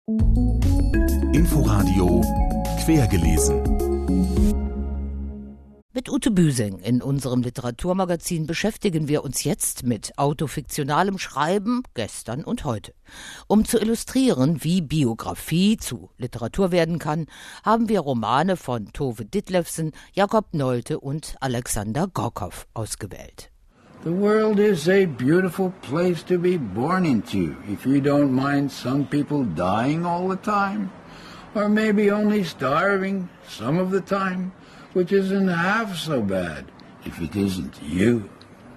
Inforadio Quergelesen. Mit Ute Büsing in unserem Literaturmagazin beschäftigen wir uns jetzt mit autofiktionalem Schreiben gestern und heute. Um zu illustrieren, wie Biografie zu Literatur werden kann, haben wir Romane von Tove Ditlevsen, Jakob Nolte und Alexander Gorkow ausgewählt. The world is a beautiful place to be born into, if you don't mind some people dying all the time, or maybe only starving some of the time, which isn't half so bad if it isn't you.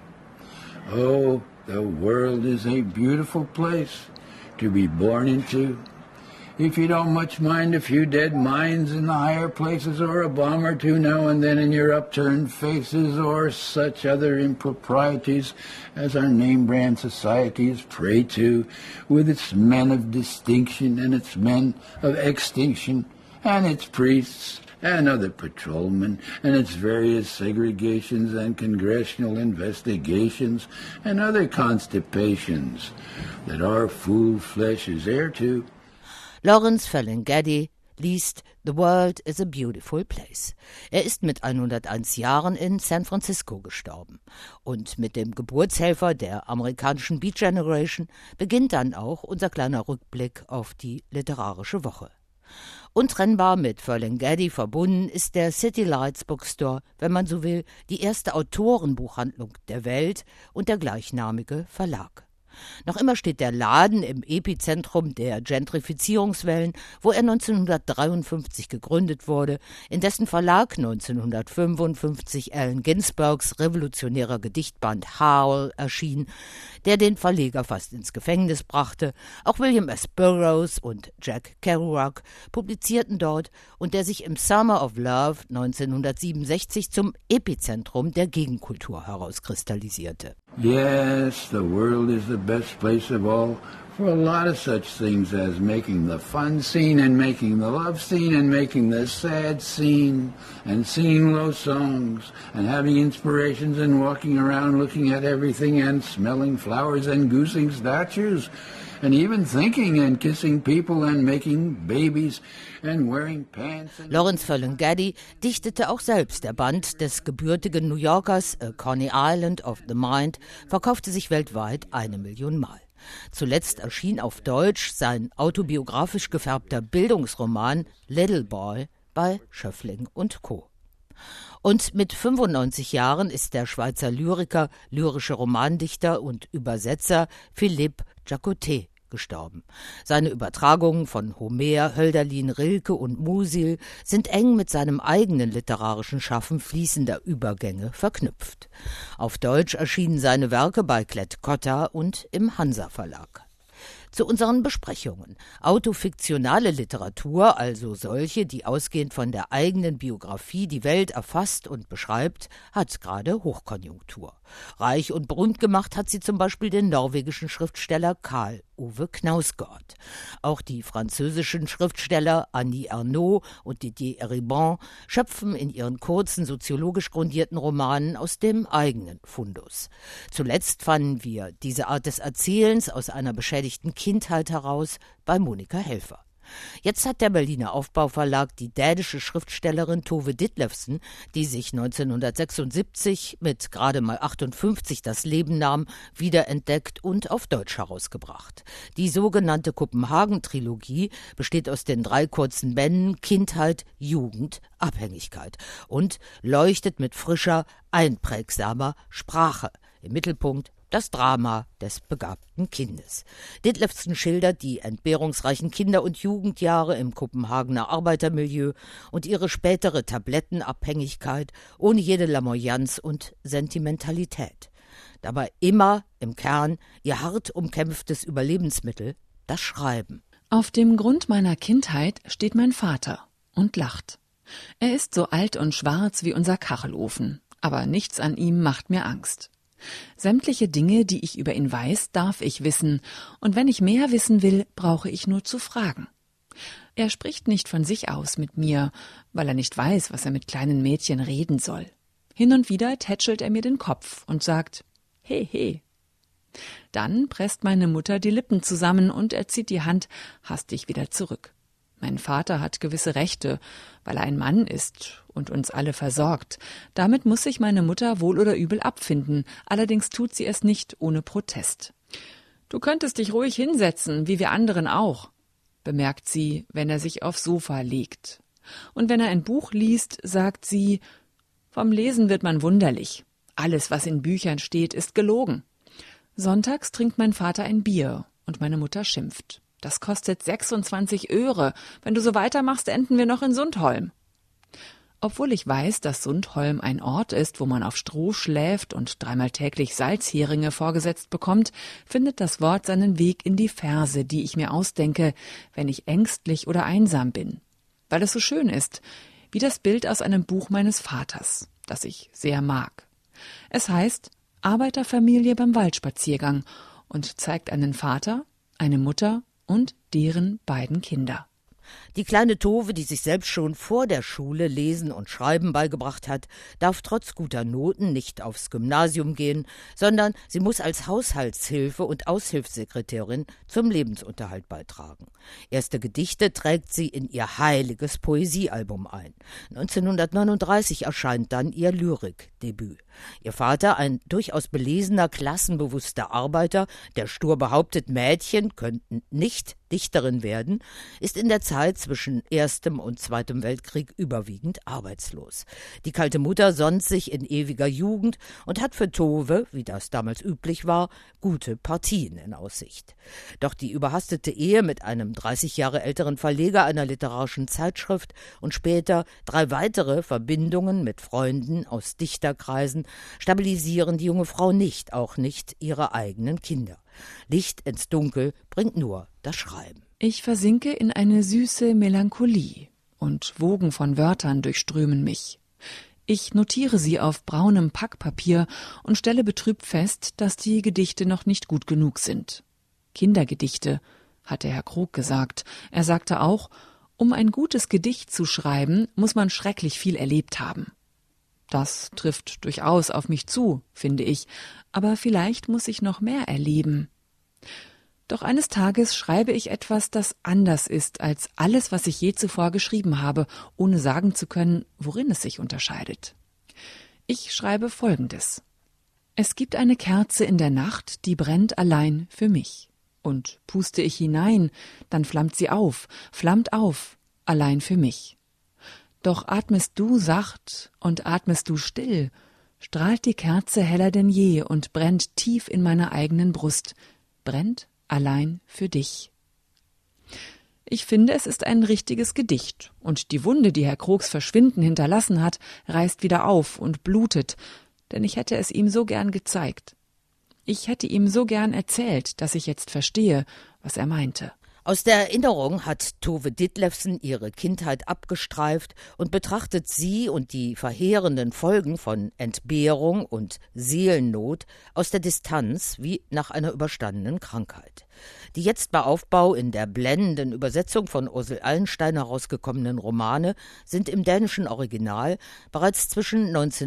Oh, the world is a beautiful place to be born into, if you don't much mind a few dead minds in the higher places, or a bomb or two now and then in your upturned faces, or such other improprieties as our name-brand societies prey to, with its men of distinction and its men of extinction, and its priests and other patrolmen, and its various segregations and congressional investigations, and other constipations that our fool flesh is heir to. Lawrence Ferlinghetti liest The World is a Beautiful Place. Er ist mit 101 Jahren in San Francisco gestorben. Und mit dem Geburtshelfer der amerikanischen Beat Generation beginnt dann auch unser kleiner Rückblick auf die literarische Woche. Untrennbar mit Ferlinghetti verbunden ist der City Lights Bookstore, wenn man so will, die erste Autorenbuchhandlung der Welt und der gleichnamige Verlag. Noch immer steht der Laden im Epizentrum der Gentrifizierungswellen, wo er 1953 gegründet wurde, in dessen Verlag 1955 Allen Ginsbergs revolutionärer Gedichtband Howl erschien, der den Verleger fast ins Gefängnis brachte. Auch William S. Burroughs und Jack Kerouac publizierten dort und der sich im Summer of Love 1967 zum Epizentrum der Gegenkultur herauskristallisierte. Yes, the world is the best place of all for a lot of such things as making the fun scene and making the love scene and making the sad scene and singing low songs and having inspirations and walking around looking at everything and smelling flowers and goosing statues and even thinking and kissing people and making babies and wearing pants. Lawrence Ferlinghetti dichtete auch selbst. Der Band des gebürtigen New Yorkers A Coney Island of the Mind verkaufte sich weltweit 1 Million Mal. Zuletzt erschien auf Deutsch sein autobiografisch gefärbter Bildungsroman Little Boy bei Schöffling & Co. Und mit 95 Jahren ist der Schweizer Lyriker, lyrische Romandichter und Übersetzer Philippe Jacotet gestorben. Seine Übertragungen von Homer, Hölderlin, Rilke und Musil sind eng mit seinem eigenen literarischen Schaffen fließender Übergänge verknüpft. Auf Deutsch erschienen seine Werke bei Klett-Cotta und im Hansa Verlag. Zu unseren Besprechungen. Autofiktionale Literatur, also solche, die ausgehend von der eigenen Biografie die Welt erfasst und beschreibt, hat gerade Hochkonjunktur. Reich und berühmt gemacht hat sie zum Beispiel den norwegischen Schriftsteller Karl Ove Knausgård. Auch die französischen Schriftsteller Annie Ernaux und Didier Eribon schöpfen in ihren kurzen, soziologisch grundierten Romanen aus dem eigenen Fundus. Zuletzt fanden wir diese Art des Erzählens aus einer beschädigten Kindheit heraus bei Monika Helfer. Jetzt hat der Berliner Aufbauverlag die dänische Schriftstellerin Tove Ditlevsen, die sich 1976 mit gerade mal 58 das Leben nahm, wiederentdeckt und auf Deutsch herausgebracht. Die sogenannte Kopenhagen-Trilogie besteht aus den 3 kurzen Bänden Kindheit, Jugend, Abhängigkeit und leuchtet mit frischer, einprägsamer Sprache. Im Mittelpunkt das Drama des begabten Kindes. Ditlevsen schildert die entbehrungsreichen Kinder- und Jugendjahre im Kopenhagener Arbeitermilieu und ihre spätere Tablettenabhängigkeit ohne jede Lamoyanz und Sentimentalität. Dabei immer im Kern ihr hart umkämpftes Überlebensmittel, das Schreiben. Auf dem Grund meiner Kindheit steht mein Vater und lacht. Er ist so alt und schwarz wie unser Kachelofen, aber nichts an ihm macht mir Angst. Sämtliche Dinge, die ich über ihn weiß, darf ich wissen, und wenn ich mehr wissen will, brauche ich nur zu fragen. Er spricht nicht von sich aus mit mir, weil er nicht weiß, was er mit kleinen Mädchen reden soll. Hin und wieder tätschelt er mir den Kopf und sagt, he, he. Dann presst meine Mutter die Lippen zusammen und er zieht die Hand hastig wieder zurück. Mein Vater hat gewisse Rechte, weil er ein Mann ist und uns alle versorgt. Damit muss sich meine Mutter wohl oder übel abfinden, allerdings tut sie es nicht ohne Protest. »Du könntest dich ruhig hinsetzen, wie wir anderen auch«, bemerkt sie, wenn er sich aufs Sofa legt. Und wenn er ein Buch liest, sagt sie, »Vom Lesen wird man wunderlich. Alles, was in Büchern steht, ist gelogen.« Sonntags trinkt mein Vater ein Bier und meine Mutter schimpft. »Das kostet 26 Öre. Wenn du so weitermachst, enden wir noch in Sundholm.« Obwohl ich weiß, dass Sundholm ein Ort ist, wo man auf Stroh schläft und 3-mal täglich Salzheringe vorgesetzt bekommt, findet das Wort seinen Weg in die Verse, die ich mir ausdenke, wenn ich ängstlich oder einsam bin. Weil es so schön ist, wie das Bild aus einem Buch meines Vaters, das ich sehr mag. Es heißt Arbeiterfamilie beim Waldspaziergang und zeigt einen Vater, eine Mutter und deren beiden Kinder. Die kleine Tove, die sich selbst schon vor der Schule Lesen und Schreiben beigebracht hat, darf trotz guter Noten nicht aufs Gymnasium gehen, sondern sie muss als Haushaltshilfe und Aushilfssekretärin zum Lebensunterhalt beitragen. Erste Gedichte trägt sie in ihr heiliges Poesiealbum ein. 1939 erscheint dann ihr Lyrikdebüt. Ihr Vater, ein durchaus belesener, klassenbewusster Arbeiter, der stur behauptet, Mädchen könnten nicht Dichterin werden, ist in der Zeit zwischen Erstem und Zweitem Weltkrieg überwiegend arbeitslos. Die kalte Mutter sonnt sich in ewiger Jugend und hat für Tove, wie das damals üblich war, gute Partien in Aussicht. Doch die überhastete Ehe mit einem 30 Jahre älteren Verleger einer literarischen Zeitschrift und später 3 weitere Verbindungen mit Freunden aus Dichterkreisen stabilisieren die junge Frau nicht, auch nicht ihre eigenen Kinder. Licht ins Dunkel bringt nur das Schreiben. Ich versinke in eine süße Melancholie und Wogen von Wörtern durchströmen mich. Ich notiere sie auf braunem Packpapier und stelle betrübt fest, dass die Gedichte noch nicht gut genug sind. Kindergedichte, hatte Herr Krog gesagt. Er sagte auch, um ein gutes Gedicht zu schreiben, muss man schrecklich viel erlebt haben. Das trifft durchaus auf mich zu, finde ich, aber vielleicht muss ich noch mehr erleben. Doch eines Tages schreibe ich etwas, das anders ist als alles, was ich je zuvor geschrieben habe, ohne sagen zu können, worin es sich unterscheidet. Ich schreibe Folgendes. Es gibt eine Kerze in der Nacht, die brennt allein für mich. Und puste ich hinein, dann flammt auf, allein für mich. Doch atmest du sacht und atmest du still, strahlt die Kerze heller denn je und brennt tief in meiner eigenen Brust, brennt allein für dich. Ich finde, es ist ein richtiges Gedicht, und die Wunde, die Herr Krogs Verschwinden hinterlassen hat, reißt wieder auf und blutet, denn ich hätte es ihm so gern gezeigt. Ich hätte ihm so gern erzählt, dass ich jetzt verstehe, was er meinte. Aus der Erinnerung hat Tove Ditlevsen ihre Kindheit abgestreift und betrachtet sie und die verheerenden Folgen von Entbehrung und Seelennot aus der Distanz wie nach einer überstandenen Krankheit. Die jetzt bei Aufbau in der blendenden Übersetzung von Ursel Allenstein herausgekommenen Romane sind im dänischen Original bereits zwischen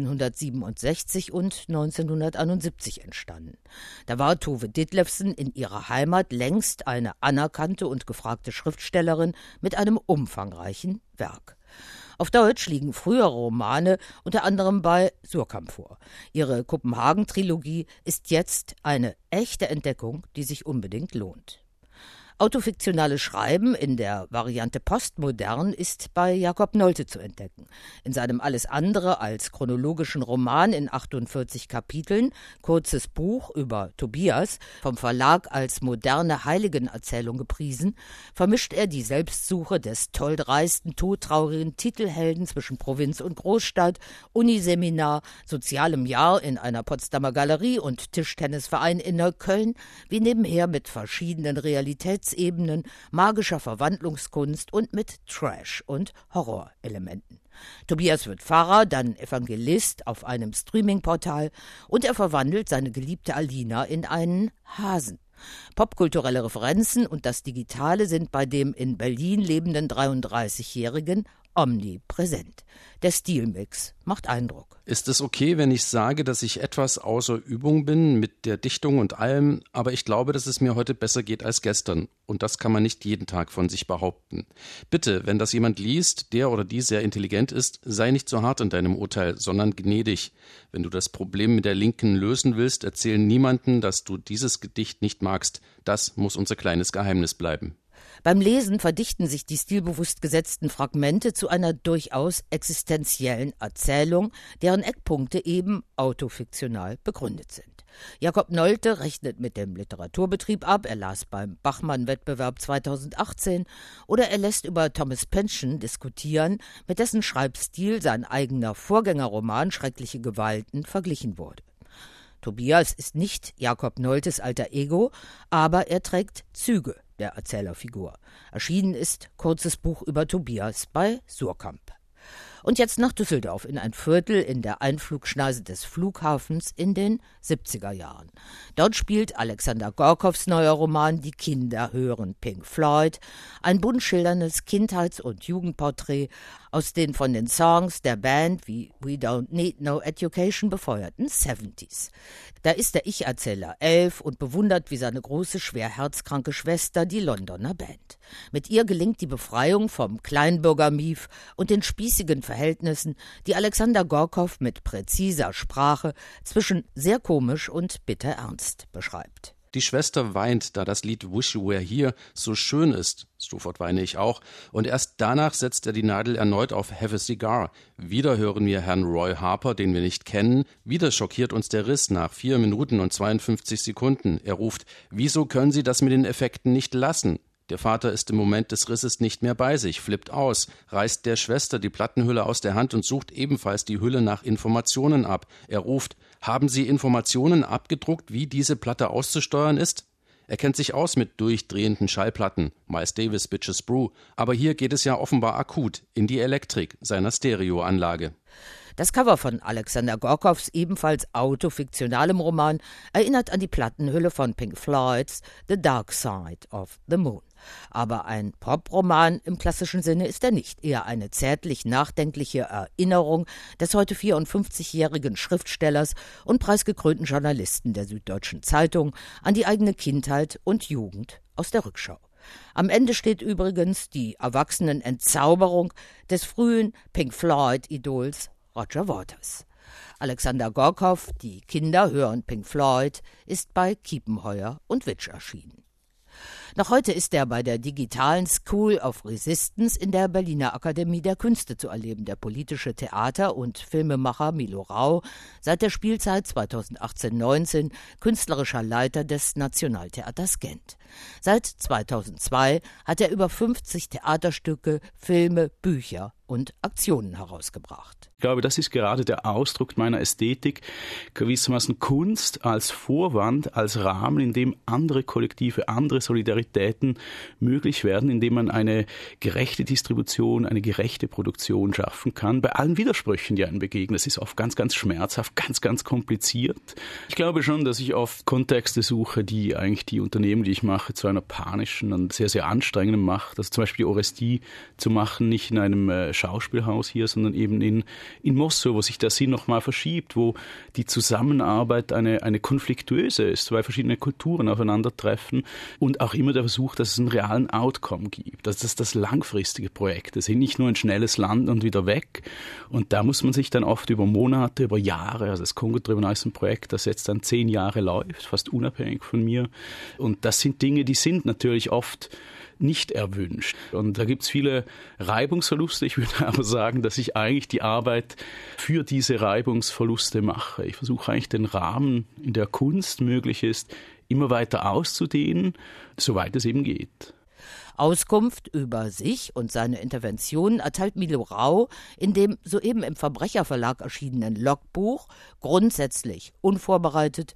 1967 und 1971 entstanden. Da war Tove Ditlevsen in ihrer Heimat längst eine anerkannte und gefragte Schriftstellerin mit einem umfangreichen Werk. Auf Deutsch liegen frühere Romane unter anderem bei Surkamp vor. Ihre Kopenhagen-Trilogie ist jetzt eine echte Entdeckung, die sich unbedingt lohnt. Autofiktionales Schreiben in der Variante postmodern ist bei Jakob Nolte zu entdecken. In seinem alles andere als chronologischen Roman in 48 Kapiteln, kurzes Buch über Tobias, vom Verlag als moderne Heiligenerzählung gepriesen, vermischt er die Selbstsuche des tolldreisten, todtraurigen Titelhelden zwischen Provinz und Großstadt, Uniseminar, sozialem Jahr in einer Potsdamer Galerie und Tischtennisverein in Neukölln, wie nebenher mit verschiedenen Realitätsebenen, magischer Verwandlungskunst und mit Trash- und Horrorelementen. Tobias wird Pfarrer, dann Evangelist auf einem Streaming-Portal und er verwandelt seine geliebte Alina in einen Hasen. Popkulturelle Referenzen und das Digitale sind bei dem in Berlin lebenden 33-Jährigen omnipräsent. Der Stilmix macht Eindruck. Ist es okay, wenn ich sage, dass ich etwas außer Übung bin mit der Dichtung und allem, aber ich glaube, dass es mir heute besser geht als gestern. Und das kann man nicht jeden Tag von sich behaupten. Bitte, wenn das jemand liest, der oder die sehr intelligent ist, sei nicht so hart in deinem Urteil, sondern gnädig. Wenn du das Problem mit der Linken lösen willst, erzähl niemandem, dass du dieses Gedicht nicht magst. Das muss unser kleines Geheimnis bleiben. Beim Lesen verdichten sich die stilbewusst gesetzten Fragmente zu einer durchaus existenziellen Erzählung, deren Eckpunkte eben autofiktional begründet sind. Jakob Nolte rechnet mit dem Literaturbetrieb ab, er las beim Bachmann-Wettbewerb 2018 oder er lässt über Thomas Pynchon diskutieren, mit dessen Schreibstil sein eigener Vorgängerroman Schreckliche Gewalten verglichen wurde. Tobias ist nicht Jakob Noltes alter Ego, aber er trägt Züge der Erzählerfigur. Erschienen ist kurzes Buch über Tobias bei Suhrkamp. Und jetzt nach Düsseldorf in ein Viertel in der Einflugschneise des Flughafens in den 70er Jahren. Dort spielt Alexander Gorkows neuer Roman Die Kinder hören Pink Floyd, ein bunt schilderndes Kindheits- und Jugendporträt aus den von den Songs der Band wie We Don't Need No Education befeuerten 70s. Da ist der Ich-Erzähler 11 und bewundert wie seine große, schwer herzkranke Schwester die Londoner Band. Mit ihr gelingt die Befreiung vom Kleinbürgermief und den spießigen Verhältnissen, die Alexander Gorkow mit präziser Sprache zwischen sehr komisch und bitter ernst beschreibt. Die Schwester weint, da das Lied Wish You Were Here so schön ist. Sofort weine ich auch. Und erst danach setzt er die Nadel erneut auf Have a Cigar. Wieder hören wir Herrn Roy Harper, den wir nicht kennen. Wieder schockiert uns der Riss nach 4 Minuten und 52 Sekunden. Er ruft, wieso können Sie das mit den Effekten nicht lassen? Der Vater ist im Moment des Risses nicht mehr bei sich, flippt aus, reißt der Schwester die Plattenhülle aus der Hand und sucht ebenfalls die Hülle nach Informationen ab. Er ruft, haben Sie Informationen abgedruckt, wie diese Platte auszusteuern ist? Er kennt sich aus mit durchdrehenden Schallplatten, Miles Davis, Bitches Brew, aber hier geht es ja offenbar akut in die Elektrik seiner Stereoanlage. Das Cover von Alexander Gorkows ebenfalls autofiktionalem Roman erinnert an die Plattenhülle von Pink Floyds The Dark Side of the Moon. Aber ein Poproman im klassischen Sinne ist er nicht, eher eine zärtlich nachdenkliche Erinnerung des heute 54-jährigen Schriftstellers und preisgekrönten Journalisten der Süddeutschen Zeitung an die eigene Kindheit und Jugend aus der Rückschau. Am Ende steht übrigens die Erwachsenenentzauberung des frühen Pink Floyd-Idols Roger Waters. Alexander Gorkow, Die Kinder hören Pink Floyd, ist bei Kiepenheuer und Witsch erschienen. Noch heute ist er bei der digitalen School of Resistance in der Berliner Akademie der Künste zu erleben. Der politische Theater- und Filmemacher Milo Rau, seit der Spielzeit 2018-19 künstlerischer Leiter des Nationaltheaters Gent. Seit 2002 hat er über 50 Theaterstücke, Filme, Bücher und Aktionen herausgebracht. Ich glaube, das ist gerade der Ausdruck meiner Ästhetik, gewissermaßen Kunst als Vorwand, als Rahmen, in dem andere Kollektive, andere Solidaritäten möglich werden, indem man eine gerechte Distribution, eine gerechte Produktion schaffen kann, bei allen Widersprüchen, die einem begegnen. Es ist oft ganz, ganz schmerzhaft, ganz, ganz kompliziert. Ich glaube schon, dass ich oft Kontexte suche, die eigentlich die Unternehmen, die ich mache, zu einer panischen und sehr, sehr anstrengenden macht. Also zum Beispiel die Orestie zu machen, nicht in einem Schauspielhaus hier, sondern eben in Moskau, wo sich der Sinn nochmal verschiebt, wo die Zusammenarbeit eine konfliktuöse ist, weil verschiedene Kulturen aufeinandertreffen und auch immer der Versuch, dass es einen realen Outcome gibt. Das ist das langfristige Projekt. Das ist nicht nur ein schnelles Land und wieder weg. Und da muss man sich dann oft über Monate, über Jahre, also das Kongo-Tribunal ist ein Projekt, das jetzt dann 10 Jahre läuft, fast unabhängig von mir. Und das sind Dinge, die sind natürlich oft nicht erwünscht. Und da gibt es viele Reibungsverluste. Ich würde aber sagen, dass ich eigentlich die Arbeit für diese Reibungsverluste mache. Ich versuche eigentlich den Rahmen, in der Kunst möglich ist, immer weiter auszudehnen, soweit es eben geht. Auskunft über sich und seine Interventionen erteilt Milo Rau in dem soeben im Verbrecherverlag erschienenen Logbuch, grundsätzlich unvorbereitet,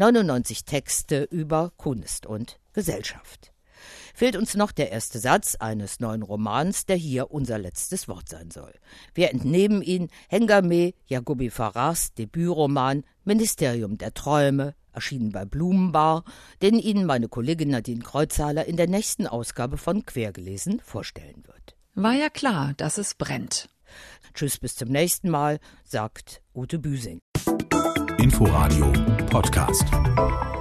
99 Texte über Kunst und Gesellschaft. Fehlt uns noch der erste Satz eines neuen Romans, der hier unser letztes Wort sein soll. Wir entnehmen ihn Hengame Yaghoubi Farahs Debütroman Ministerium der Träume, erschienen bei Blumenbar, den Ihnen meine Kollegin Nadine Kreuzhaler in der nächsten Ausgabe von Quergelesen vorstellen wird. War ja klar, dass es brennt. Tschüss, bis zum nächsten Mal, sagt Ute Büsing. Inforadio Podcast.